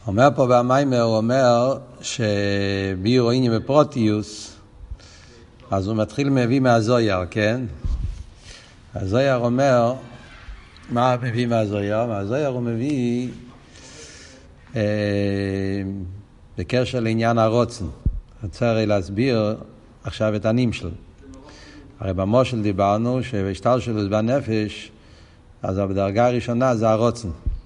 אומר פה במיימר, הוא אומר שביור עניין בפרוטיוס, אז הוא מתחיל מביא מהזויר, כן? הזויר אומר, מה מביא מהזויר? מהזויר הוא מביא בקשר לעניין הרוצן. רוצה הרי להסביר עכשיו את הנמשל. הרי במושל דיברנו שבהשתלשלות בנפש, אז בדרגה הראשונה זה הרוצן.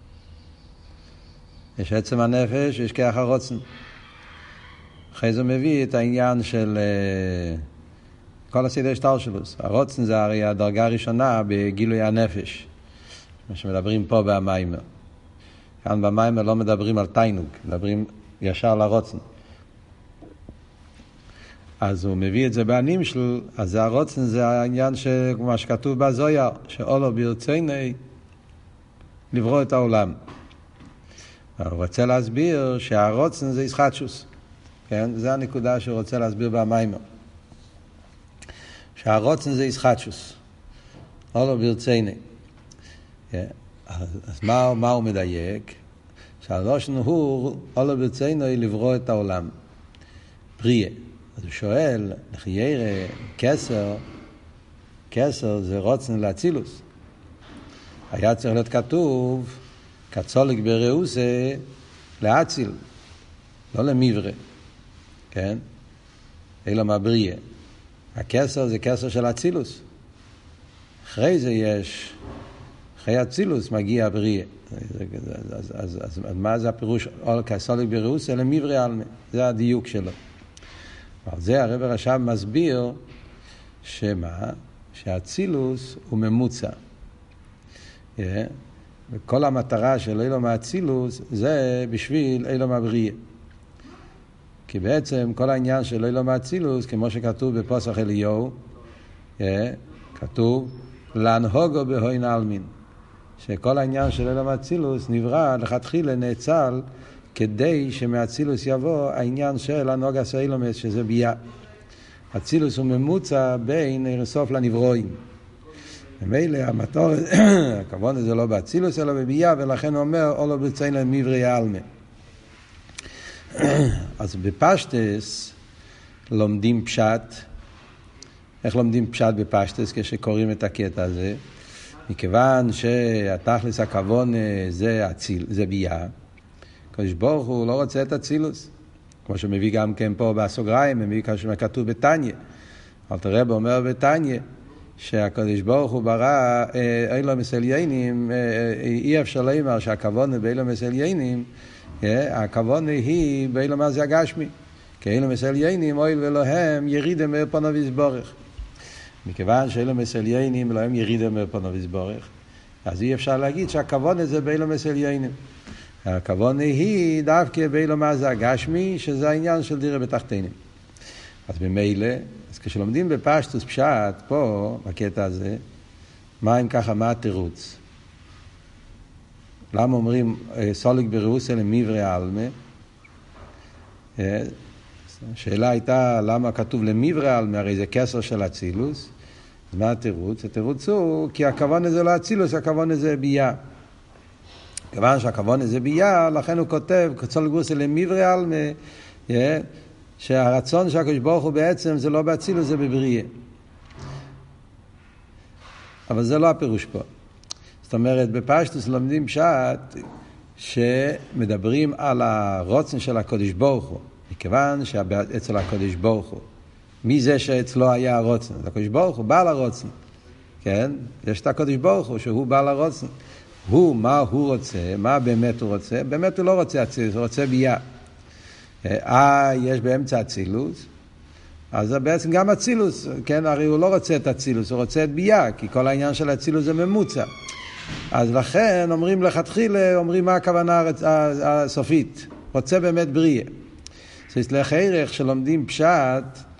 יש עצם הנפש, יש כוח הרוצן. אחרי זה מביא את העניין של כל הסדר השתלשלות. הרוצן זה הרי הדרגה הראשונה בגילוי הנפש, מה שמדברים פה במיימר. כאן במיימר לא מדברים על תיינוג, מדברים ישר לרוצן. אז הוא מביא את זה בנמשל, אז הרוצן זה העניין כמו שכתוב בזויר, שאולו ברצוני לברוא את העולם. הוא רוצה להסביר שהרוצן זה ישחטשוס. כן? זה הנקודה שהוא רוצה להסביר במיימר. שהרוצן זה ישחטשוס. אולו ברצוני. אז מה הוא מדייק? שהלושן הוא אולו ברצוני לברוא את העולם. בריאה. אז הוא שואל, לחיירה, כסר זה רוצן לאצילוס. היה צריך להיות כתוב, כצולק בראוסה לאציל, לא למברה, כן? אלא מהבריאה. הכסר זה כסר של אצילוס. אחרי זה יש, אחרי אצילוס מגיע הבריאה. אז מה זה הפירוש? כצולק בראוסה למברה אלמה. זה הדיוק שלו. על זה הרב הרש"ב מסביר שהאצילוס הוא ממוצע. וכל המטרה של אילום האצילוס זה בשביל אילום הבריאה. כי בעצם כל העניין של אילום האצילוס, כמו שכתוב בפוסח אליהו, כתוב להנהוגו בהוין אלמין. שכל העניין של אילום האצילוס נברא לכתחילה נאצל כדי שמאצילוס יבוא העניין של הנוגס האילומס, שזה בייה. אצילוס הוא ממוצע בין אירסוף לנברואים. ומילא המטור, הכוון הזה לא באצילוס אלא בבייה, ולכן הוא אומר, אולו בציין להם מברי העלמה. אז בפשטס לומדים פשט. איך לומדים פשט בפשטס כשקוראים את הקטע הזה? מכיוון שהתכלס הכוון זה בייה, הקדוש ברוך הוא לא רוצה את אצילוס, כמו שמביא גם כן פה בסוגריים, מביא כמו כתוב בתניא. אלתר רבי אומר בתניא שהקדוש ברוך הוא ברא אילום מסליינים, אי אפשר לומר שהכוונה באילום מסליינים, הכוונה היא באילום הזה הגשמי, כי אילום מסליינים אויל ולהם ירידם מפונו ויסבורך. מכיוון שאילום מסליינים להם ירידם מפונו ויסבורך, אז אי אפשר להגיד שהכוונה זה באילום מסליינים. הכוונה היא דווקא באילום הזה הגשמי, שזה העניין של דירה בתחתינים. אז במילא, אז כשלומדים בפשטוס פשט, פה, בקטע הזה, מה אם ככה, מה התירוץ? למה אומרים סולק בראוסה למברי העלמה? השאלה הייתה, למה כתוב למברי העלמה? הרי זה כסר של אצילוס. אז מה התירוץ? התירוץ הוא, כי הכוון הזה לא אצילוס, הכוון הזה בייה. כיוון שהכוון הזה בייה, לכן הוא כותב, סולק בראוסה למברי העלמה, שהרצון של הקדוש ברוך הוא בעצם זה לא באצילוס, זה בבריאה. אבל זה לא הפירוש פה. זאת אומרת, בפשטוס לומדים פשט שמדברים על הרוצן של הקדוש ברוך הוא. מכיוון שאצל הקדוש ברוך הוא, מי זה שאצלו היה הרוצן? הקדוש ברוך הוא בעל הרוצן. כן? יש את הקדוש ברוך הוא שהוא בעל הרוצן. מה הוא רוצה? מה באמת הוא רוצה? באמת הוא לא רוצה אצילוס, הוא רוצה בייה. יש באמצע אצילוס, אז זה בעצם גם אצילוס, כן? הרי הוא לא רוצה את אצילוס, הוא רוצה את בייה, כי כל העניין של אצילוס זה ממוצע. אז לכן אומרים לכתחילה, אומרים מה הכוונה הסופית, רוצה באמת בריאה. זאת אומרת, ערך שלומדים פשט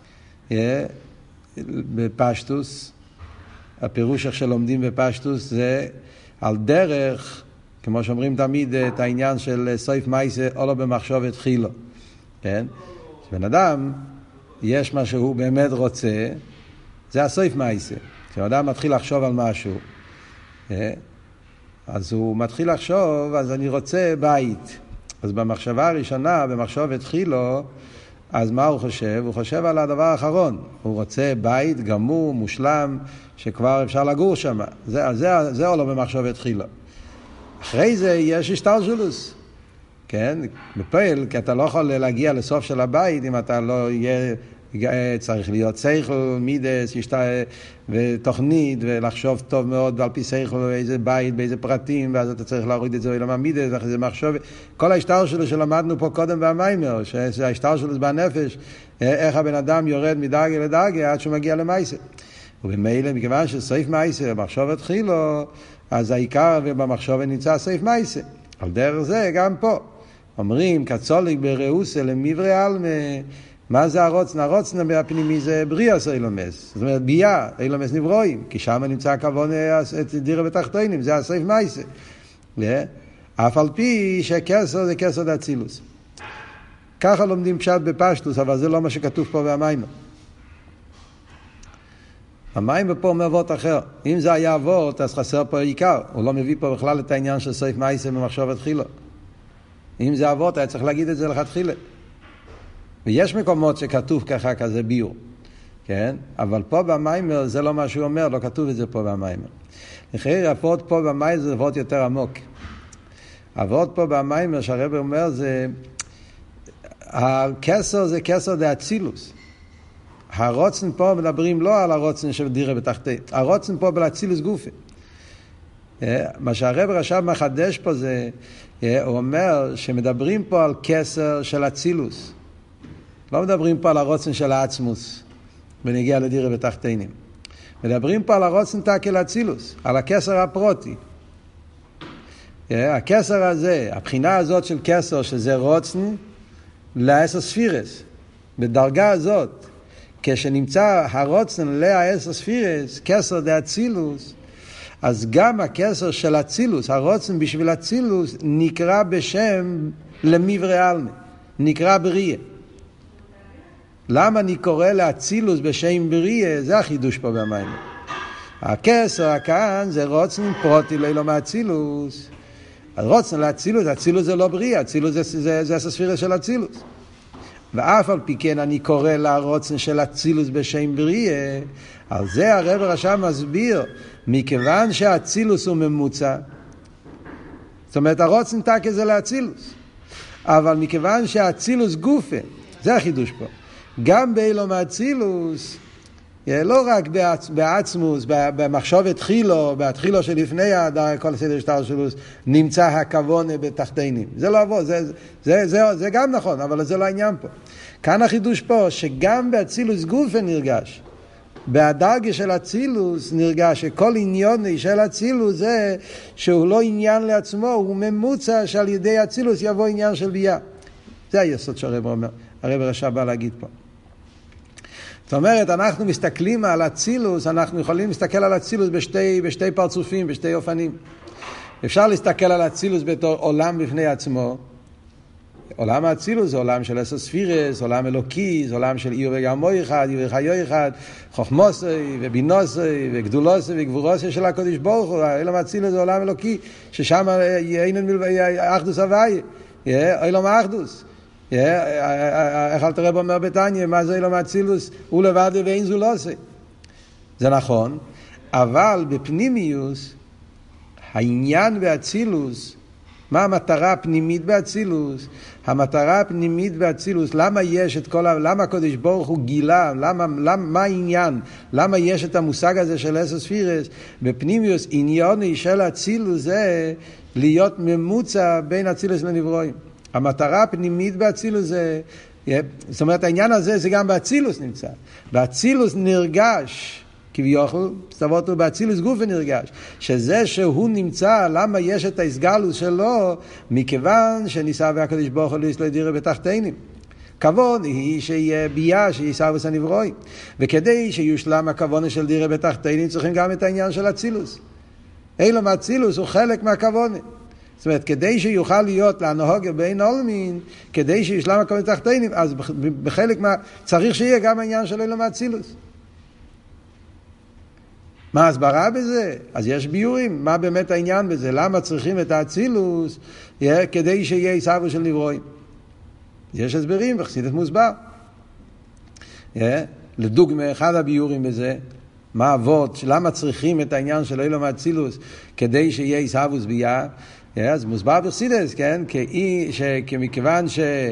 בפשטוס, הפירוש איך שלומדים בפשטוס זה על דרך, כמו שאומרים תמיד את העניין של סויף מייסה, או לא במחשבת חילו. כן? שבן אדם, יש מה שהוא באמת רוצה, זה הסויף מייסה. כשאדם מתחיל לחשוב על משהו, אז הוא מתחיל לחשוב, אז אני רוצה בית. אז במחשבה הראשונה, במחשבת תחילו, אז מה הוא חושב? הוא חושב על הדבר האחרון. הוא רוצה בית גמור, מושלם, שכבר אפשר לגור שם. זה עולה במחשבת תחילו. אחרי זה יש השתלשלות. כן? בפועל, כי אתה לא יכול להגיע לסוף של הבית אם אתה לא יהיה, צריך להיות שכל, מידס, ותוכנית, ולחשוב טוב מאוד ועל פי שכל באיזה בית, באיזה פרטים, ואז אתה צריך להוריד את זה ולמה מידס, ואחרי זה מחשוב. כל ההשתלשלות שלו שלמדנו פה קודם במיימר, שההשתלשלות בנפש, איך הבן אדם יורד מדרגה לדרגה עד שהוא מגיע למעשה. ובמילא, מכיוון שסעיף מעשה, מחשבת תחילו, אז העיקר ובמחשבת נמצא סעיף מעשה. על דרך זה גם פה. אומרים, כצוליק ברעוסה למברי אלמה, מה זה הרוצן? הרוצן הפנימי זה בריאס אילומס. זאת אומרת, ביה, אילומס נברואים, כי שם נמצא הכוון את דירה בתחתונים, זה הסעיף מייסה. אף על פי שכסר זה כסר דאצילוס. ככה לומדים פשט בפשטוס, אבל זה לא מה שכתוב פה במיימר. המיימר פה אומר וורט אחר. אם זה היה וורט, אז חסר פה עיקר. הוא לא מביא פה בכלל את העניין של סעיף מייסה במחשבת תחילה. אם זה אבות, היה צריך להגיד את זה לכתחילה. ויש מקומות שכתוב ככה כזה ביור, כן? אבל פה במיימר זה לא מה שהוא אומר, לא כתוב את זה פה במיימר. לכן אבות פה במיימר זה אבות יותר עמוק. אבות פה במיימר שהרב אומר זה, הכסר זה כסר דאצילוס. הרוצן פה מדברים לא על הרוצן שדירה בתחתי, הרוצן פה בלאצילוס גופי. מה שהרב רשב מחדש פה זה, הוא אומר שמדברים פה על כסר של אצילוס. לא מדברים פה על הרוצן של העצמוס, ונגיע לדירה בתחתינים. מדברים פה על הרוצן תקל אצילוס, על הכסר הפרוטי. הכסר הזה, הבחינה הזאת של כסר, שזה רוצן לעשר ספירס. בדרגה הזאת, כשנמצא הרוצן לעשר ספירס, כסר דאצילוס, אז גם הכסר של אצילוס, הרוצן בשביל אצילוס, נקרא בשם למברי אלמה, נקרא בריאה. למה אני קורא לאצילוס בשם בריאה? זה החידוש פה במים. הכסר כאן זה רוצן פרוטי לא מאצילוס. הרוצן לאצילוס, אצילוס זה לא בריאה, אצילוס זה הספירה של אצילוס. ואף על פי כן אני קורא לרוצן של אצילוס בשם בריאה, על זה הרב רשם מסביר, מכיוון שהאצילוס הוא ממוצע, זאת אומרת הרוצן תקה זה לאצילוס, אבל מכיוון שהאצילוס גופה, זה החידוש פה, גם באילום האצילוס, לא רק בעצמוס, במחשבת תחילו, בתחילו שלפני כל סדר השתלשלות, נמצא הכוון בתחתינים. זה לא עבור, זה גם נכון, אבל זה לא העניין פה. כאן החידוש פה, שגם באצילוס גופה נרגש. בהדרגה של אצילוס נרגש שכל עניון של אצילוס זה שהוא לא עניין לעצמו, הוא ממוצע שעל ידי אצילוס יבוא עניין של ביה. זה היסוד שהרב אומר, הרב רשע בא להגיד פה. זאת אומרת, אנחנו מסתכלים על אצילוס, אנחנו יכולים להסתכל על אצילוס בשתי פרצופים, בשתי אופנים. אפשר להסתכל על אצילוס בתור עולם בפני עצמו. עולם האצילוס זה עולם של עשר ספירס, עולם אלוקי, זה עולם של עיר וגרמו אחד, עיר וחיו אחד, חוכמוסי ובינוסי וגדולוסי וגבורוסי של הקודש ברוך הוא. עולם האצילוס זה עולם אלוקי, ששם אין אחדוס הוואי, עולם האחדוס. איך אל תראה אומר בתניא, מה זה אילום האצילוס? הוא לבד ואין זו לא עושה. זה נכון, אבל בפנימיוס, העניין באצילוס, מה המטרה הפנימית באצילוס? המטרה הפנימית באצילוס, למה יש את כל, למה הקדוש ברוך הוא גילה, מה העניין? למה יש את המושג הזה של עשר ספירס? בפנימיוס, עניוני של אצילוס זה להיות ממוצע בין אצילוס לנברואים. המטרה הפנימית באצילוס זה, זאת אומרת העניין הזה זה גם באצילוס נמצא. באצילוס נרגש, כביכול, סתוות הוא באצילוס גוף ונרגש, שזה שהוא נמצא, למה יש את ההסגלוס שלו, מכיוון שניסה והקדוש ברוך הוא לא ידירה בתחתינים. כבוד היא שיהיה ביה, שיהיה סרבס הנברואים. וכדי שיושלם הכבוד של דירה בתחתינים, צריכים גם את העניין של אצילוס. אילום האצילוס הוא חלק מהכבוד. זאת אומרת, כדי שיוכל להיות להנהוג בין עולמין, כדי שישלם הכבוד תחתינים, אז בחלק צריך שיהיה גם העניין של אילום האצילוס. מה ההסברה בזה? אז יש ביורים, מה באמת העניין בזה? למה צריכים את האצילוס כדי שיהיה עיסאוווס של נברואים? יש הסברים, וחסידות מוסבר. לדוגמה, אחד הביורים בזה, מה אבות, למה צריכים את העניין של אילום האצילוס כדי שיהיה עיסאוווס ביה? אז מוסבר בחסידות, כן? מכיוון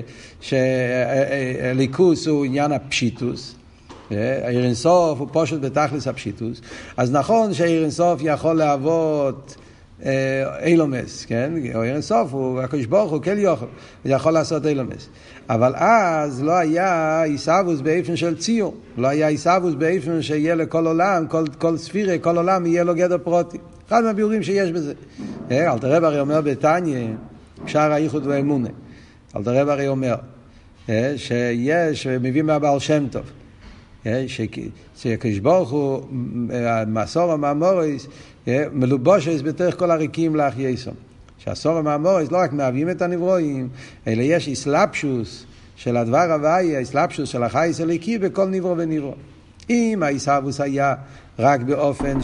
שליכוס הוא עניין הפשיטוס, העיר אינסוף הוא פשוט בתכלס הפשיטוס, אז נכון שהעיר אינסוף יכול להוות אילומס, כן? העיר אינסוף הוא הקדוש ברוך הוא כל יוכל, הוא יכול לעשות אילומס, אבל אז לא היה עיסאוווס באופן של ציור, לא היה עיסאוווס באופן שיהיה לכל עולם, כל ספירה, כל עולם יהיה לו גדר פרוטי. אחד מהביורים שיש בזה. אלתר רב הרי אומר בתניא, שער הייחוד והאמונה. אלתר רב הרי אומר שיש, מביא מהבעל שם טוב, שהקדוש ברוך הוא, מסור המאמורס, מלובושס בתוך כל הריקים לאחייסום. שהסור המאמורס לא רק מהווים את הנברואים, אלא יש איסלאפשוס של הדבר הוויה, איסלאפשוס של החייס הליקי בכל נברוא ונברוא. אם העיסאוווס היה רק באופן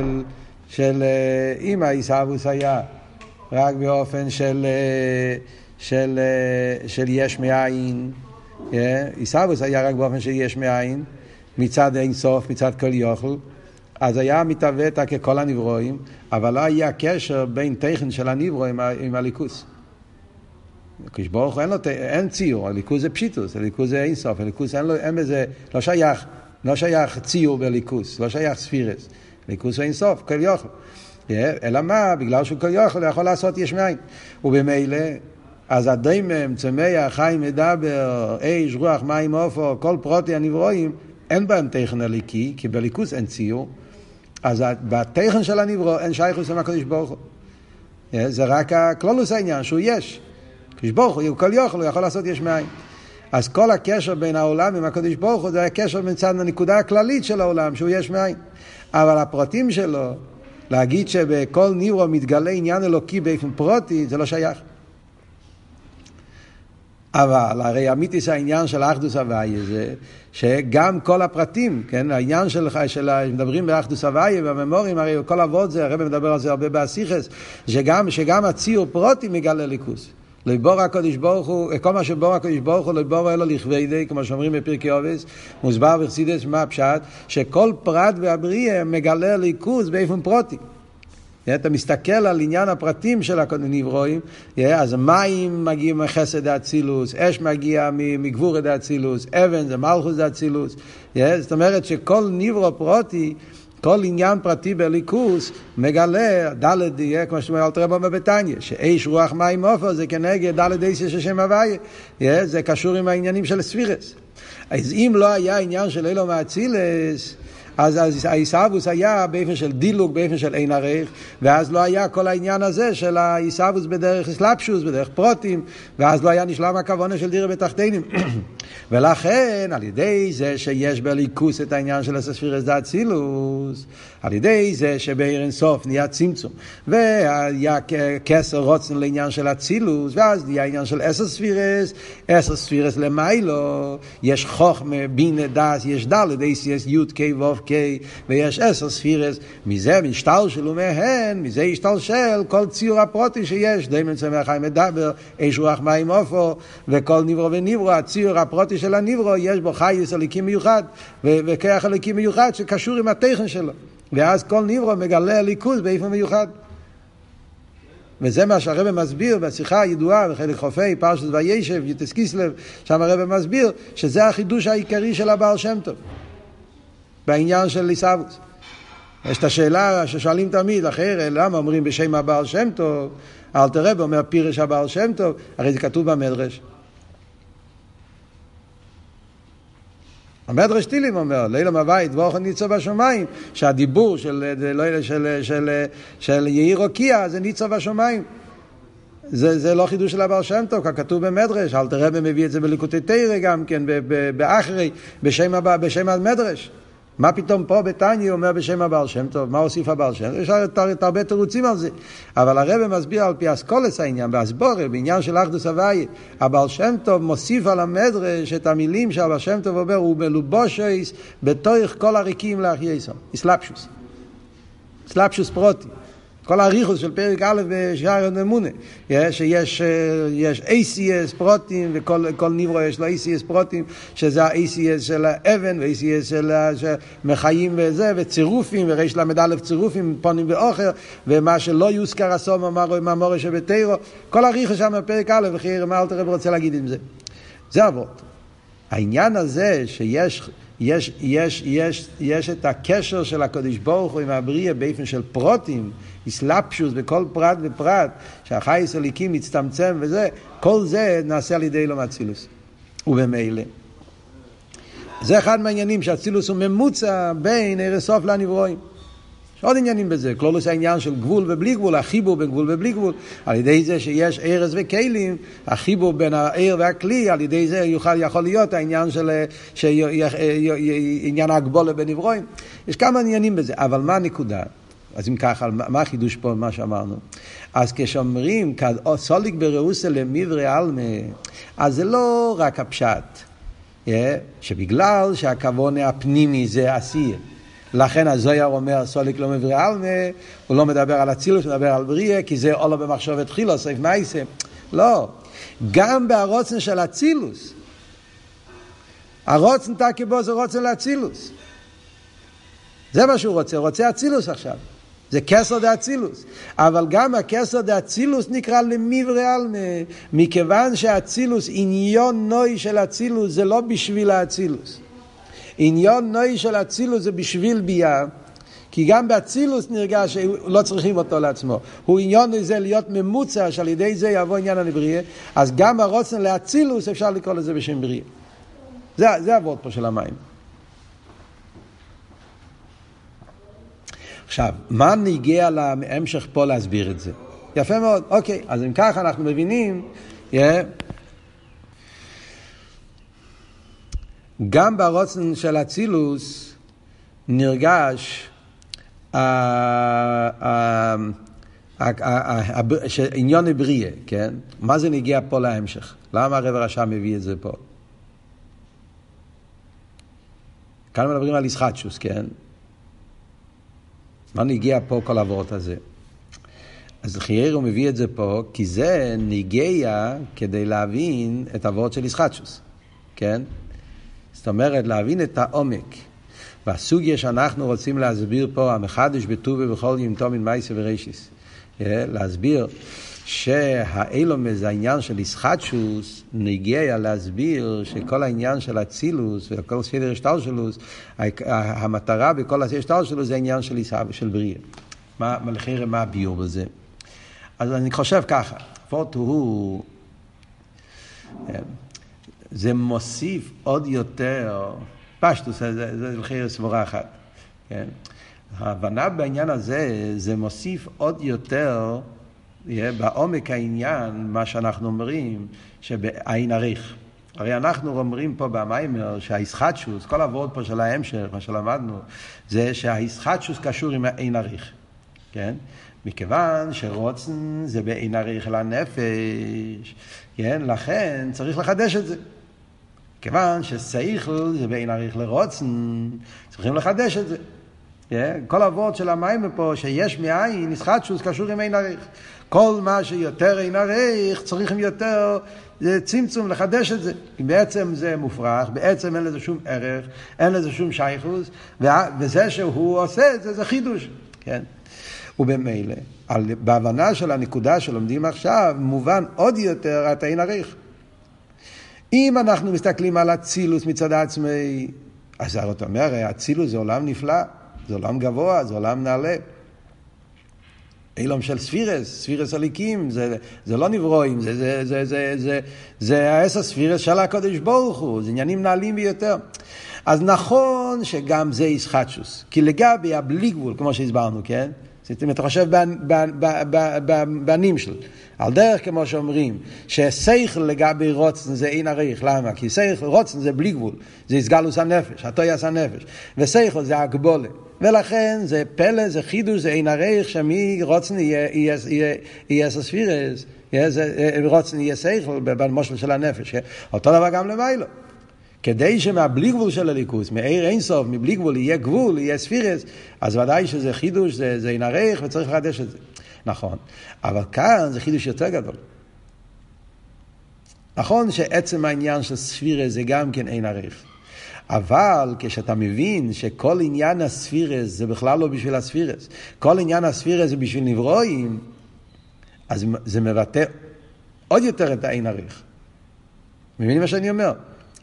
אם העיסאוווס היה רק באופן של יש מאין, עיסאוווס היה רק באופן של יש מאין, מצד אין סוף, מצד כל יוכל, אז היה מתהוות ככל הנברואים, אבל לא היה קשר בין תכן של הנברוא עם הליכוס. הקדוש ברוך הוא אין ציור, הליכוס זה פשיטוס, הליכוס זה אין סוף, הליכוס אין בזה, לא שייך ציור בליכוס, לא שייך ספירס, הליכוס הוא אין סוף, כל יוכל. אלא מה? בגלל שהוא כל יוכל, הוא יכול לעשות יש מאין. ובמילא, אז הדמם, צמח, חיים, מדבר, אש, רוח, מים, עופר, כל פרוטי הנברואים, אין בהם תכן הליקי, כי בליכוס אין ציור, אז בתכן של הנברוא אין שייכות עם הקדוש ברוך הוא. זה רק הכלולוס העניין, שהוא יש. הקדוש ברוך הוא כל יוכל, הוא יכול לעשות יש מאין. אז כל הקשר בין העולם עם הקדוש ברוך הוא, זה הקשר מצד הנקודה הכללית של העולם, שהוא יש מאין. אבל הפרטים שלו, להגיד שבכל נברוא מתגלה עניין אלוקי באופן פרוטי, זה לא שייך. אבל הרי אמיתיס העניין של האחדוס הוויה זה שגם כל הפרטים, כן, העניין מדברים באחדוס הוויה והממורים, הרי כל אבות זה, הרב מדבר על זה הרבה בהסיכס, שגם הציור פרוטי מגלה ליכוס. לבור הקדוש ברוך הוא, כל מה שבור הקדוש ברוך הוא, לבור אלו לכבדי, כמו שאומרים בפרקי אובס, מוסבר בחסידות מה הפשט, שכל פרט והבריאה מגלה ליכוס באופן פרוטי. אתה מסתכל על עניין הפרטים של הנברואים, אז מים מגיעים מחסד האצילוס, אש מגיע מגבור האצילוס, אבן זה מלכות האצילוס. זאת אומרת שכל נברוא פרוטי, כל עניין פרטי בליכוס מגלה דלת דייה, כמו שאומר אלתר רבי בתניא, שאש רוח מים עופר זה כנגד דלת דייסיה של שם הוויה, זה קשור עם העניינים של ספירס. אז אם לא היה עניין של אילום האצילס, אז העיסאוווס היה באופן של דילוג, באופן של אין ערך, ואז לא היה כל העניין הזה של העיסאוווס בדרך אסלאפשוס, בדרך פרוטים, ואז לא היה נשלם הכוונה של דירה בתחתינים. ולכן, על ידי זה שיש בליכוס את העניין של הספירס דאצילוס, על ידי זה שבעיר אינסוף נהיה צמצום, והיה כסר רוצן לעניין של אצילוס, ואז נהיה עניין של 10 ספירס למיילו, יש חוכמה, בינה, דס, יש דלת, יש י' ק' ו' ק' ויש 10 ספירס, מזה משתלשל ומהן, מזה ישתלשל כל ציור הפרוטי שיש, דמם צמח חיים מדבר, אש רוח מים עופר, וכל נברוא ונברוא, הציור הפרוטי של הנברוא, יש בו חייס הליקים מיוחד, וכיח הליקים מיוחד שקשור עם התכן שלו. ואז כל נברוא מגלה ליכוז באופן מיוחד. וזה מה שהרבא מסביר בשיחה הידועה בחלק חופי פרשת וישב יוטס קיסלב, שם הרבא מסביר שזה החידוש העיקרי של הבעל שם טוב בעניין של עיסאוווס. יש את השאלה ששואלים תמיד אחרת, למה אומרים בשם הבעל שם טוב? אלתר רבי אומר פירש הבעל שם טוב, הרי זה כתוב במדרש. המדרש תהילים אומר, לילה מבית ואוכל ניצוב בשמיים, שהדיבור של יאיר רוקיע זה ניצוב בשמיים. זה לא חידוש של הבעל שם טוב, כתוב במדרש, אלתר רבי מביא את זה בליקוטי תורה גם כן, באחרי, בשם המדרש. מה פתאום פה בתניא אומר בשם הבעל שם טוב? מה הוסיף הבעל שם טוב? יש הרבה תירוצים על זה. אבל הרב מסביר על פי אסכולס העניין, בהסבורה, בעניין של אחדוס הוויה. הבעל שם טוב מוסיף על המדרש את המילים שהבעל שם טוב אומר, הוא מלובושס בתוך כל הריקים לאחייסם. אסלאפשוס. סלאפשוס פרוטים. כל הריחוס של פרק א' בשער הנמונה, שיש ACS פרוטים, וכל נברו יש לו ACS פרוטים, שזה ה-ACS של האבן, ו-ACS של מחיים וזה, וצירופים, וריש למד א' צירופים, פונים ואוחר, ומה שלא יוזכר הסום, אמרו עם המורה שבתירו, כל הריחוס שם בפרק א', וחייר מה אלתר רב רוצה להגיד עם זה. זה עבוד. העניין הזה יש את הקשר של הקדוש ברוך הוא עם הבריאה באופן של פרוטים, הסלאפשוס בכל פרט ופרט, שהחייס הליקים מצטמצם וזה, כל זה נעשה על ידי אילום אצילוס. ובמילא זה אחד מהעניינים שהאצילוס הוא ממוצע בין ערש סוף לנברואים. יש עוד עניינים בזה, כלולוס העניין של גבול ובלי גבול, החיבור בין גבול ובלי גבול, על ידי זה שיש ערש וכלים, החיבור בין העיר והכלי, על ידי זה יכול להיות העניין של עניין ההגבולה בנברואים. יש כמה עניינים בזה, אבל מה הנקודה? אז אם ככה, מה החידוש פה, מה שאמרנו? אז כשאומרים, סוליק ברעוסה למברי אלמה, אז זה לא רק הפשט, שבגלל שהכוונה הפנימי זה עשייה, לכן הזויר אומר סוליק לא מברי אלמה, הוא לא מדבר על אצילוס, הוא מדבר על בריאה, כי זה עולה במחשבת תחילה, סעיף מייסה. לא, גם בהרוצן של אצילוס, הרוצן תקי בו זה רוצן לאצילוס. זה מה שהוא רוצה אצילוס עכשיו. זה כסר דה אצילוס. אבל גם הכסר דה אצילוס נקרא למברי אלמה, מכיוון שהאצילוס, עניון נוי של אצילוס, זה לא בשביל האצילוס. עניון נוי של אצילוס זה בשביל בייה, כי גם באצילוס נרגש שלא צריכים אותו לעצמו. הוא עניון נוי זה להיות ממוצע, שעל ידי זה יבוא עניין הנבריאה, אז גם הרוצן לאצילוס אפשר לקרוא לזה בשם בריאה. זה העבוד פה של המים. עכשיו, מה נגיע להמשך פה להסביר את זה? יפה מאוד, אוקיי, אז אם ככה אנחנו מבינים, גם ברוצן של אצילוס נרגש עניון הבריאה, כן? מה זה נגיע פה להמשך? למה הרב רש"ם מביא את זה פה? כאן מדברים על ישחטשוס, כן? מה נגיע פה כל העבורת הזה? אז חייר הוא מביא את זה פה, כי זה נגיע כדי להבין את העבורת של ישחטשוס, כן? זאת אומרת, להבין את העומק. והסוגיה שאנחנו רוצים להסביר פה, המחדש בטובה בכל יום תומין מייסה ורישיס. להסביר שהאילומס, העניין של ישחטשוס, נגיע להסביר שכל העניין של אצילוס וכל סדר השתלשלוס, המטרה בכל הסדר השתלשלוס זה העניין של בריאה. מה הביור בזה? אז אני חושב ככה, פורט הוא, זה מוסיף עוד יותר, פשטוס, זה לחיר סבורה אחת. כן? ההבנה בעניין הזה, זה מוסיף עוד יותר, בעומק העניין, מה שאנחנו אומרים, שבעין עריך. הרי אנחנו אומרים פה במיימר שהישחטשוס, כל העבוד פה של ההמשך, מה שלמדנו, זה שהישחטשוס קשור עם העין עריך. כן? מכיוון שרוצן זה בעין עריך לנפש, כן? לכן צריך לחדש את זה. כיוון ששכל זה בעין עריך לרוצן, צריכים לחדש את זה. כל העבוד של המים פה, שיש מאין, ישחטשוס קשור עם עין עריך. כל מה שיותר עין עריך, צריכים יותר צמצום לחדש את זה. בעצם זה מופרך, בעצם אין לזה שום ערך, אין לזה שום שייכוס, וזה שהוא עושה את זה, זה חידוש. כן? ובמילא, בהבנה של הנקודה שלומדים עכשיו, מובן עוד יותר את העין עריך. אם אנחנו מסתכלים על אצילוס מצד עצמי, אז זאת אומרת, אצילוס זה עולם נפלא, זה עולם גבוה, זה עולם נעלה. אילום של ספירס הליקים, זה לא נברואים, זה העשר ספירס של הקדוש ברוך הוא, זה עניינים נעלים ביותר. אז נכון שגם זה ישחטשוס, כי לגבי הבלי גבול, כמו שהסברנו, כן? אם אתה חושב בנים של, על דרך כמו שאומרים, ששכל לגבי רוצן זה אין עריך, למה? כי שכל רוצן זה בלי גבול, זה יסגלוס הנפש, התויס הנפש, ושכל זה הגבולה, ולכן זה פלא, זה חידוש, זה אין עריך, שמי רוצן יהיה ספירס, רוצן יהיה שכל במושל של הנפש, אותו דבר גם למיילו. כדי שמהבלי גבול של הליכוס, מאיר אין סוף, מבלי גבול יהיה גבול, יהיה ספירס, אז ודאי שזה חידוש, זה ינערך וצריך לחדש את זה. נכון. אבל כאן זה חידוש יותר גדול. נכון שעצם העניין של ספירס זה גם כן אין ערך. אבל כשאתה מבין שכל עניין הספירס זה בכלל לא בשביל הספירס, כל עניין הספירס זה בשביל נברואים, אז זה מבטא עוד יותר את האין ערך. מבינים מה שאני אומר?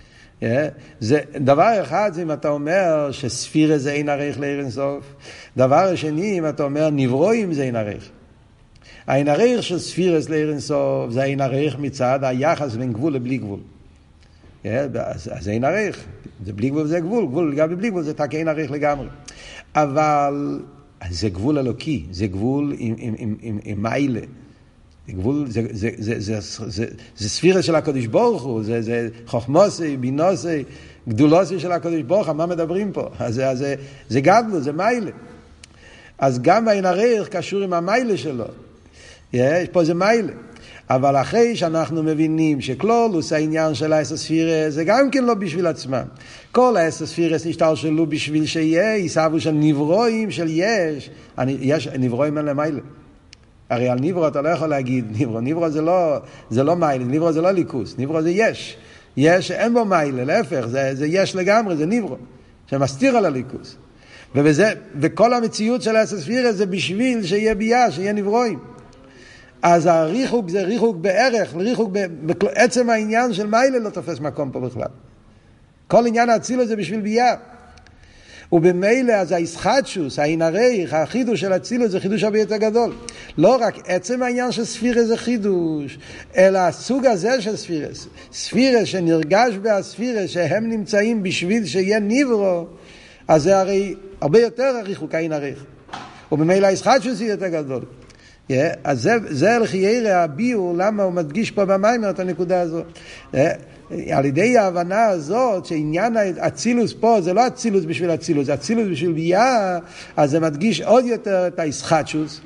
זה דבר אחד זה אם אתה אומר שספירס זה אין ערך לעיר אין סוף. דבר שני אם אתה אומר נברואים זה אין ערך. האין ערך של ספירס לעיר אין סוף זה האין ערך מצד היחס בין גבול לבלי גבול. אז זה אין ערך, זה בלי גבול זה גבול, גבול גם בלי גבול זה תק אין ערך לגמרי. אבל זה גבול אלוקי, זה גבול עם מיילה. גבול, זה ספירה של הקדוש ברוך הוא, זה חוכמוסי, בינוסי, גדולוסי של הקדוש ברוך הוא, מה מדברים פה? זה גדלו, זה מיילה. אז גם האין ערך קשור עם המיילה שלו. יש פה זה מיילה. אבל אחרי שאנחנו מבינים שכלולוס העניין של האסספירס זה גם כן לא בשביל עצמם. כל האסספירס נשתלשלו בשביל שיהיה, יסבו של נברואים של יש נברואים אין למיילה. הרי על נברו אתה לא יכול להגיד נברו זה לא מיילה, נברו זה לא ליכוס, נברו זה יש שאין בו מיילה, להפך, זה יש לגמרי, זה נברו, שמסתיר על הליכוס. וכל המציאות של האסספירס זה בשביל שיהיה ביה, שיהיה נברואים. אז הריחוק זה ריחוק בערך, ריחוק בעצם העניין של מיילה לא תופס מקום פה בכלל. כל עניין האצילות זה בשביל ביה. ובמילא אז הישחטשוס, העינריך, החידוש של האצילות זה חידוש הרבה יותר גדול. לא רק עצם העניין של ספירס זה חידוש, אלא הסוג הזה של ספירס. ספירס שנרגש בהספירס שהם נמצאים בשביל שיהיה נברו, אז זה הרי הרבה יותר הריחוק העינריך. ובמילא הישחטשוס זה יותר גדול. אז זה לחיירה הביאו, למה הוא מדגיש פה במיימר את הנקודה הזאת. על ידי ההבנה הזאת שעניין הצילוס פה זה לא הצילוס בשביל הצילוס, זה הצילוס בשביל ביה, אז זה מדגיש עוד יותר את הישחטשוס.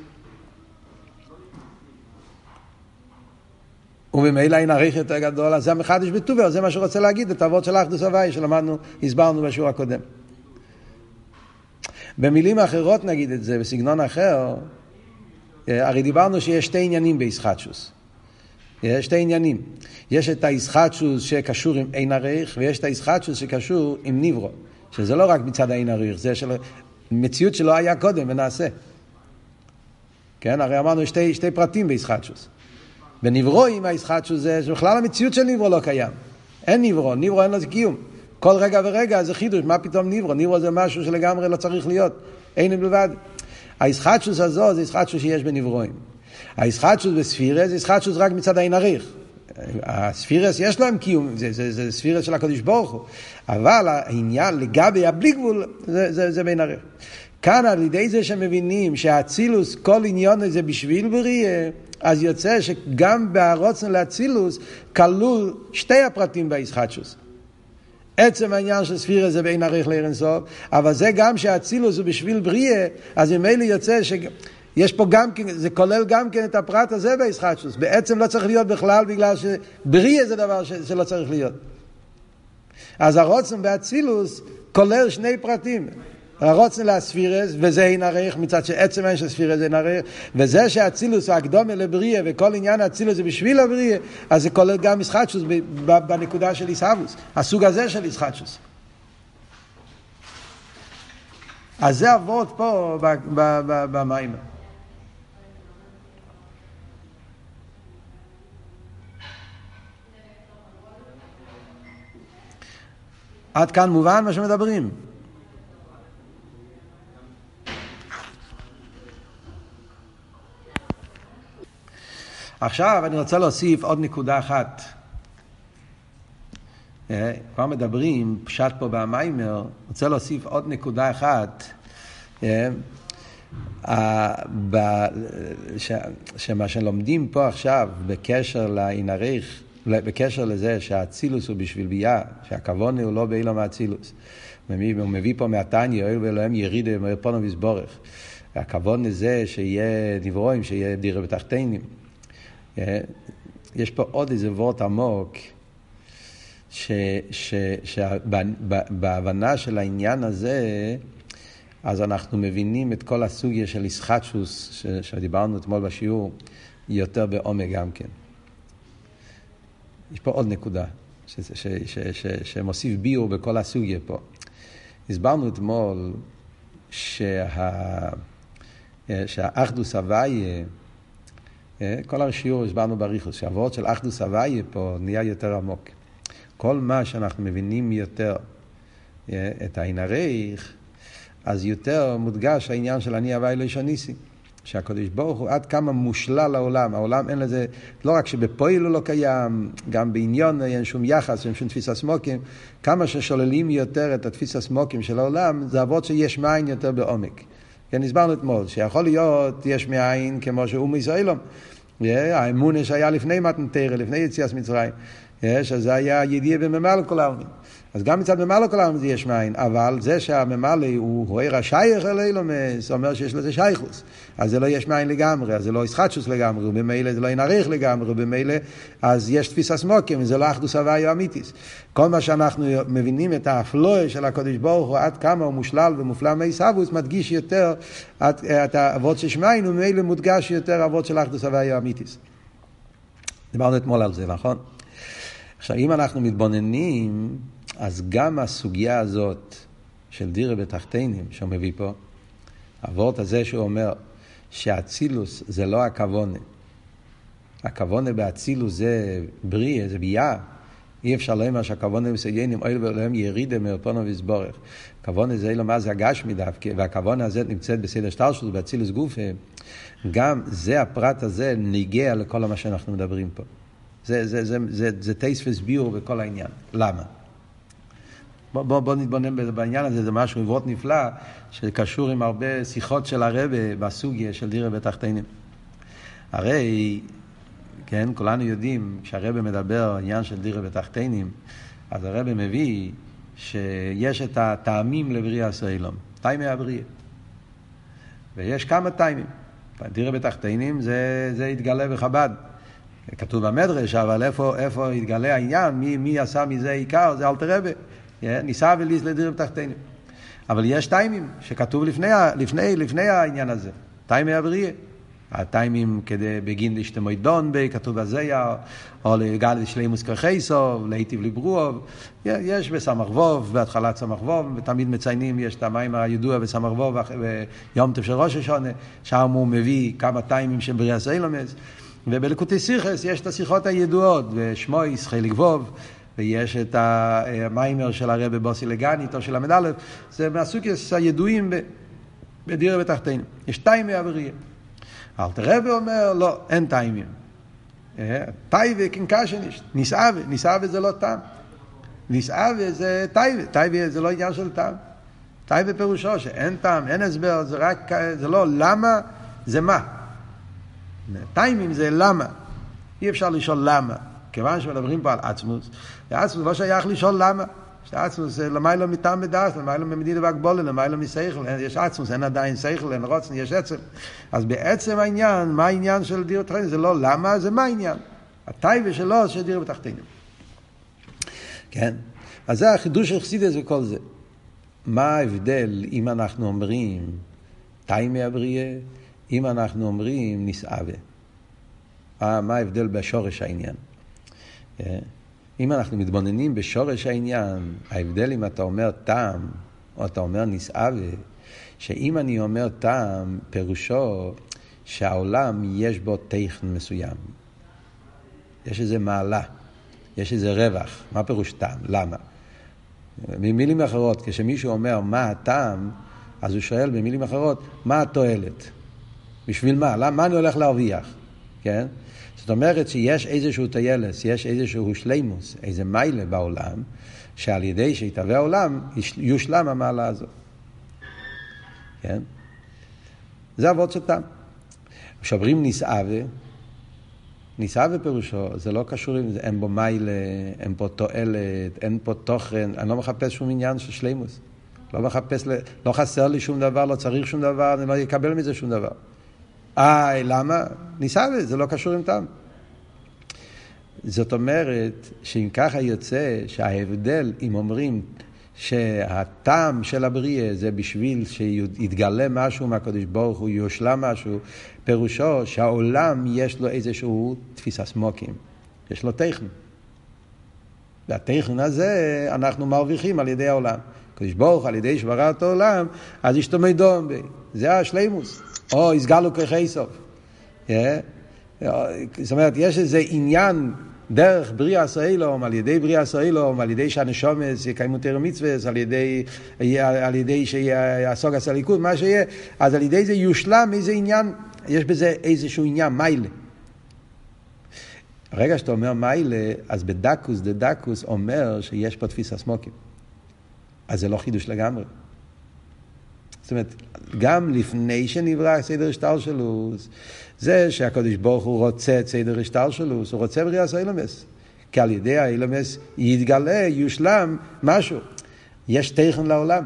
ובמילא אין ערך יותר גדול, אז זה המחדש בטובר, זה מה שרוצה להגיד, את אבות של אחדוס הוואי שלמדנו, הסברנו בשיעור הקודם. במילים אחרות נגיד את זה, בסגנון אחר, הרי דיברנו שיש שתי עניינים בישחטשוס. יש שתי עניינים. יש את הישחטשוס שקשור עם אין ערך, ויש את הישחטשוס שקשור עם נברו. שזה לא רק מצד האין ערך, זה של מציאות שלא היה קודם ונעשה. כן, הרי אמרנו שתי פרטים בישחטשוס. בנברו עם הישחטשוס זה שבכלל המציאות של נברו לא קיים. אין נברו, נברו אין לו קיום. כל רגע ורגע זה חידוש, מה פתאום נברו? נברו זה משהו שלגמרי לא צריך להיות. אין בלבד. הישחטשוס הזו זה ישחטשוס שיש בנברואים. הישחטשוס בספירס זה ישחטשוס רק מצד האין ערך. הספירס יש להם קיום, זה ספירס של הקדוש ברוך הוא. אבל העניין לגבי הבלי גבול זה בין ערך. כאן על ידי זה שמבינים שהאצילוס כל עניון זה בשביל בריאה, אז יוצא שגם בהרוצן לאצילוס כלול שתי הפרטים בישחטשוס. עצם העניין של ספירה זה בין ערך לעיר אין סוף, אבל זה גם שהאצילוס הוא בשביל בריאה, אז ממילא יוצא שיש פה גם כן, זה כולל גם כן את הפרט הזה בישחטשוס. בעצם לא צריך להיות בכלל, בגלל שבריאה זה דבר שלא צריך להיות. אז הרוצן באצילוס כולל שני פרטים. הרוצן לספירס, וזה אין ערך, מצד שעצם העניין של ספירס זה אין ערך, וזה שהאצילוס הוא הקדומה לבריאה, וכל עניין האצילוס זה בשביל הבריאה, אז זה כולל גם ישחטשוס בנקודה של ישהבוס, הסוג הזה של ישחטשוס. אז זה עבוד פה במיימר. עד כאן מובן מה שמדברים. עכשיו אני רוצה להוסיף עוד נקודה אחת. כבר מדברים, פשט פה במיימר, רוצה להוסיף עוד נקודה אחת, שמה שלומדים פה עכשיו בקשר לעין ערך, בקשר לזה שהאצילוס הוא בשביל ביה, שהכוונה הוא לא באילום האצילוס. הוא מביא פה מהתניא, יואל ואלוהים ירידה מרפונו ויסבורך. הכוונה זה שיהיה נברואים, שיהיה דירה בתחתינים. יש פה עוד איזה וורט עמוק, שבהבנה של העניין הזה, אז אנחנו מבינים את כל הסוגיה של ישחטשוס, שדיברנו אתמול בשיעור, יותר בעומק גם כן. יש פה עוד נקודה, שמוסיף ביור בכל הסוגיה פה. הסברנו אתמול שהאחדוס הוויה, כל השיעור הסברנו בריחוס, שהעבוד של אחדוס הוויה פה נהיה יותר עמוק. כל מה שאנחנו מבינים יותר את העין הרייך, אז יותר מודגש העניין של אני הוויה לא ישניסי. שהקדוש ברוך הוא עד כמה מושלל לעולם. העולם אין לזה, לא רק שבפועל הוא לא קיים, גם בעניון אין שום יחס, אין שום תפיסה סמוקים. כמה ששוללים יותר את התפיסה סמוקים של העולם, זה עבוד שיש מאין יותר בעומק. כן, הסברנו אתמול, שיכול להיות יש מאין כמו שהוא מישראלום. האמונה שהיה לפני מתן תורה, לפני יציאת מצרים. שזה היה ידיעה בממלא כל העלמין. אז גם מצד ממלא כל העלמין זה יש מאין, אבל זה שהממלא הוא רואה שייך אל אילומס, אומר שיש לזה שייכוס. אז זה לא יש מאין לגמרי, אז זה לא ישחטשוס לגמרי, ובמילא זה לא ינערך לגמרי, ובמילא אז יש תפיסה סמוקים, זה לא אחדוס הוויה אמיתיס. כל מה שאנחנו מבינים את האפלואה של הקדוש ברוך הוא, עד כמה הוא מושלל ומופלא מעשיו, מדגיש יותר את האבות שיש מאין, ובמילא מודגש יותר אבות של אחדוס הוויה אמיתיס. דיברנו אתמול על זה, נכון? עכשיו, אם אנחנו מתבוננים, אז גם הסוגיה הזאת של דירה בתחתינים, שהוא מביא פה, העבוד הזה שהוא אומר שהצילוס זה לא הכוונה. הכוונה בהצילוס זה בריא, זה בייה. אי אפשר לומר שהכוונה מסיינים, אוי ולהם ירידה מרפונו ויסבורך. הכוונה זה לא מה זה הגשמי דווקא, והכוונה הזה נמצאת בסדר שטרשוס, בהצילוס גוף. גם זה הפרט הזה ניגע לכל מה שאנחנו מדברים פה. זה טייס וסביור בכל העניין. למה? בוא נתבונן בעניין הזה, זה משהו עברות נפלא, שקשור עם הרבה שיחות של הרבי בסוגיה של דירה בתחתינים. הרי, כן, כולנו יודעים, כשהרבי מדבר עניין של דירה בתחתינים, אז הרבי מביא שיש את הטעמים לבריאה סוילום, טעמי הבריאה. ויש כמה טעמים. דירה בתחתינים זה התגלה בחב"ד. כתוב במדרש, אבל איפה התגלה העניין, מי עשה מזה עיקר, זה אלתר רבי. ניסה וליס לדירה בתחתינים. אבל יש טיימים שכתוב לפני העניין הזה. טיימי הבריאה. הטיימים כדי בגין להשתמוי דון בי, כתוב בזיה, או לגל לשלימוס כרחייסוב, להיטיב לברוב. יש בסמך ווב, בהתחלת סמך ווב, ותמיד מציינים, יש את המים הידוע בסמך ווב, ביום טוב של ראש השונה, שם הוא מביא כמה טיימים של בריאה סילומס. ובליקוטי שיחס יש את השיחות הידועות, ושמויס, חלק ווב, ויש את המיימר של הרבי בוסי לגנית, או של המדלב, זה מהסוגיות הידועים בדירה בתחתינים. יש טיימי הבריאה. אלתר רבי אומר, לא, אין טיימים. טייבה קינקשניש, ניסאווה זה לא טעם. ניסאווה זה טייבה, טייבה זה לא עניין של טעם. טייבה פירושו שאין טעם, אין הסבר, זה רק, זה לא למה, זה מה. טיימים זה למה. אי אפשר לשאול למה. כיוון שמדברים פה על עצמוס, עצמוס לא שייך לשאול למה. עצמוס זה למיילו מטעם בדעת, למיילו ממדידה והגבולה, למיילו מסייכל, יש עצמוס, אין עדיין סייכל, אין רוצן, יש עצם. אז בעצם העניין, מה העניין של דיר בתחתינים? זה לא למה, זה מה העניין. הטייבה שלו של דיר בתחתינים. כן? אז זה החידוש של חסידות וכל זה. מה ההבדל אם אנחנו אומרים טיימי הבריאה, אם אנחנו אומרים נסעבה? מה ההבדל בשורש העניין? אם אנחנו מתבוננים בשורש העניין, ההבדל אם אתה אומר טעם או אתה אומר נסעבה, שאם אני אומר טעם, פירושו שהעולם יש בו טכן מסוים. יש איזה מעלה, יש איזה רווח. מה פירוש טעם? למה? במילים אחרות, כשמישהו אומר מה הטעם, אז הוא שואל במילים אחרות, מה התועלת? בשביל מה? מה אני הולך להרוויח? כן? זאת אומרת שיש איזשהו טיילס, יש איזשהו שלימוס, איזה מיילה בעולם, שעל ידי שיתהווה העולם, יושלם המעלה הזאת. כן? זה אבות של טעם. כשאומרים נסעבה, נסעבה פירושו, זה לא קשור עם זה, אין בו מיילה, אין פה תועלת, אין פה תוכן, אני לא מחפש שום עניין של שלימוס. לא מחפש, לא חסר לי שום דבר, לא צריך שום דבר, אני לא אקבל מזה שום דבר. למה? נסעבה, זה לא קשור עם טעם. זאת אומרת, שאם ככה יוצא שההבדל, אם אומרים שהטעם של הבריאה זה בשביל שיתגלה משהו מהקדוש ברוך הוא, יושלם משהו, פירושו שהעולם יש לו איזשהו תפיסה סמוקים, יש לו טכן. והטכן הזה אנחנו מרוויחים על ידי העולם. הקדוש ברוך על ידי שברא את העולם, אז ישתמי דום בי. זה השלימוס. או יסגלו כחי סוף. זאת אומרת, יש איזה עניין דרך בריאה ישראל, על ידי בריאה ישראל, על ידי שהנשומס יקיימו תורה מצוות, על ידי שיעסוק הסליקות, מה שיהיה, אז על ידי זה יושלם איזה עניין, יש בזה איזשהו עניין, מיילה. הרגע שאתה אומר מיילה, אז בדקוס, דקוס אומר שיש פה תפיסה סמוקים. אז זה לא חידוש לגמרי. זאת אומרת, גם לפני שנברא סדר השתלשלות, זה שהקדוש ברוך הוא רוצה את סדר השתלשלות, הוא רוצה בריאת האילומס. כי על ידי האילומס יתגלה, יושלם משהו. יש טכן לעולם.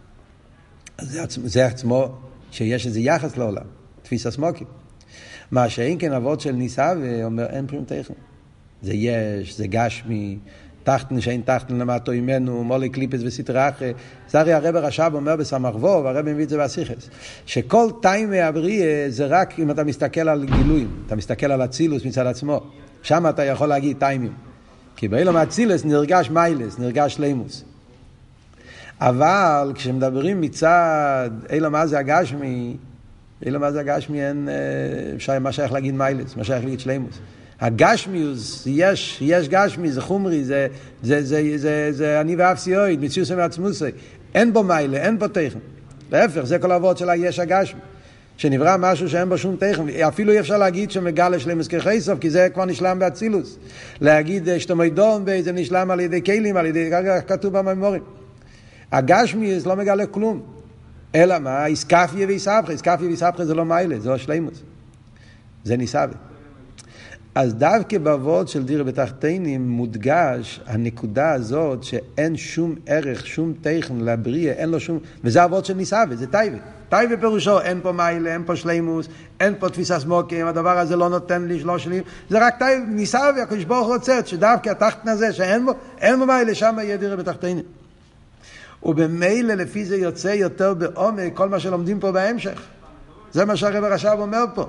זה עצמו שיש איזה יחס לעולם. תפיסה סמוקים. מה שאין כן אבות של ניסה ואומר אין פרים טכן. זה יש, זה גשמי, תחתן שאין תחתן למטו ממנו, מולי קליפס וסטרחה. זה הרי הרב הרש"ב אומר בסמ"ך וו, והרב מביא את זה בסיכס, שכל טיימי הבריא זה רק אם אתה מסתכל על גילויים, אתה מסתכל על אצילוס מצד עצמו, שם אתה יכול להגיד טיימים. כי באילום אצילוס נרגש מיילס, נרגש שלימוס. אבל כשמדברים מצד אילום מה זה הגשמי, אילום מה זה הגשמי אין, מה שייך להגיד מיילס, מה שייך להגיד שלימוס. הגשמיוס, יש גשמי, זה חומרי, זה אני ואפסיואיד, מציאוס ומעצמוסי. אין בו מיילה, אין בו טכן. להפך, זה כל העבוד שלה, יש הגשמי. שנברא משהו שאין בו שום טכן. אפילו אי אפשר להגיד שמגלה שלמס כחסוף, כי זה כבר נשלם באצילוס. להגיד שתומי דום, זה נשלם על ידי כלים, על ידי, כתוב בממורים. הגשמיוס לא מגלה כלום. אלא מה? איסקפיה ואיסבכה. איסקפיה ואיסבכה זה לא מיילה, זה השלימוס. זה ניסאווה. אז דווקא בעבוד של דירה בתחתינים מודגש הנקודה הזאת שאין שום ערך, שום טכן לבריאה, אין לו שום, וזה עבוד של ניסאווה, זה טייבה. טייבה פירושו, אין פה מיילה, אין פה שלימוס, אין פה תפיסה סמוקים, הדבר הזה לא נותן לי, לא שלי, זה רק טייבה, ניסאווה, הקדוש ברוך הוא רוצה, שדווקא התחתן הזה, שאין בו מיילה, שם יהיה דירה בתחתינים. ובמילא לפי זה יוצא יותר בעומק כל מה שלומדים פה בהמשך. זה מה שהרב הרש"ב אומר פה.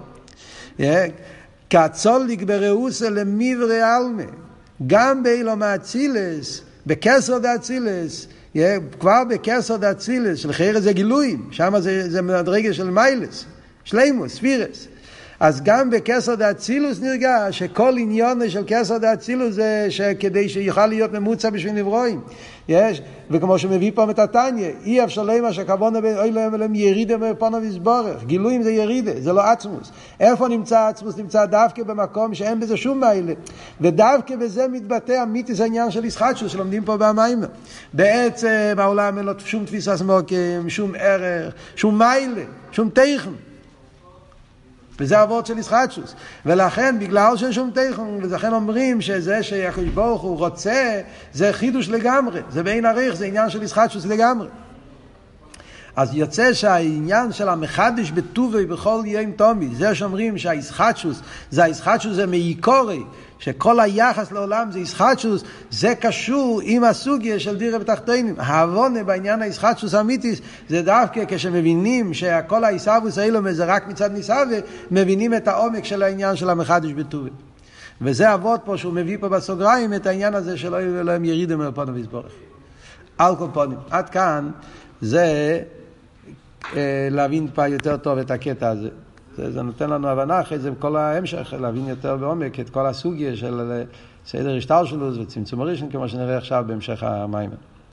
כצוליק ברעוסה למיברי אלמה, גם באילום האצילס, בקסר דאצילס, כבר בקסר דאצילס, של חייר זה גילויים, שם זה מדרגה של מיילס, שלימוס, ספירס. אז גם בקסר דאצילוס נרגש שכל עניון של קסר דאצילוס זה שכדי שיוכל להיות ממוצע בשביל נברואים. יש, וכמו שמביא פה מתתניה, אי אפשר למה שהכוונה אוי להם ירידה בפונו ויסבורך. גילויים זה ירידה, זה לא עצמוס. איפה נמצא עצמוס? נמצא דווקא במקום שאין בזה שום מיילה. ודווקא בזה מתבטא אמיתיס העניין של ישחטשוס שלומדים פה במיימר. בעצם העולם אין לו שום תפיסה סמוקים, שום ערך, שום מיילה, שום טכן. וזה עבוד של ישחטשוס. ולכן, בגלל שאין שום טכן, ולכן אומרים שזה שהקדוש ברוך הוא רוצה, זה חידוש לגמרי. זה בין עריך, זה עניין של ישחטשוס לגמרי. אז יוצא שהעניין של המחדש בטובי בכל יום תומי, זה שאומרים שהישחטשוס, זה הישחטשוס זה מעיקורי, שכל היחס לעולם זה ישחטשוס, זה קשור עם הסוגיה של דירה בתחתינים. ההבונה בעניין הישחטשוס האמיתיס, זה דווקא כשמבינים שכל הישאבוס האילומס זה רק מצד ניסאווה, מבינים את העומק של העניין של המחדש בטובי. וזה עבוד פה שהוא מביא פה בסוגריים את העניין הזה שלא יהיו להם ירידה מהפונו ויסבורך. על כל פונים. עד כאן זה להבין פה יותר טוב את הקטע הזה. זה נותן לנו הבנה אחרי זה בכל ההמשך, להבין יותר בעומק את כל הסוגיה של סדר השתלשלות וצמצום הראשון, כמו שנראה עכשיו בהמשך המים.